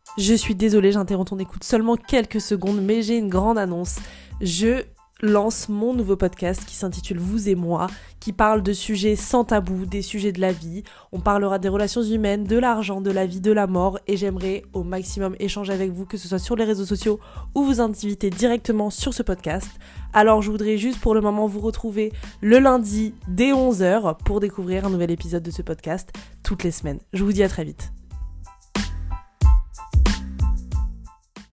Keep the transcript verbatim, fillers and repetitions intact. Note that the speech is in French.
Je suis désolée, j'interromps ton écoute seulement quelques secondes, mais j'ai une grande annonce. Je lance mon nouveau podcast qui s'intitule Vous et moi, qui parle de sujets sans tabou, des sujets de la vie. On parlera des relations humaines, de l'argent, de la vie, de la mort, et j'aimerais au maximum échanger avec vous, que ce soit sur les réseaux sociaux ou vous inviter directement sur ce podcast. Alors je voudrais juste pour le moment vous retrouver le lundi dès onze heures pour découvrir un nouvel épisode de ce podcast toutes les semaines. Je vous dis à très vite.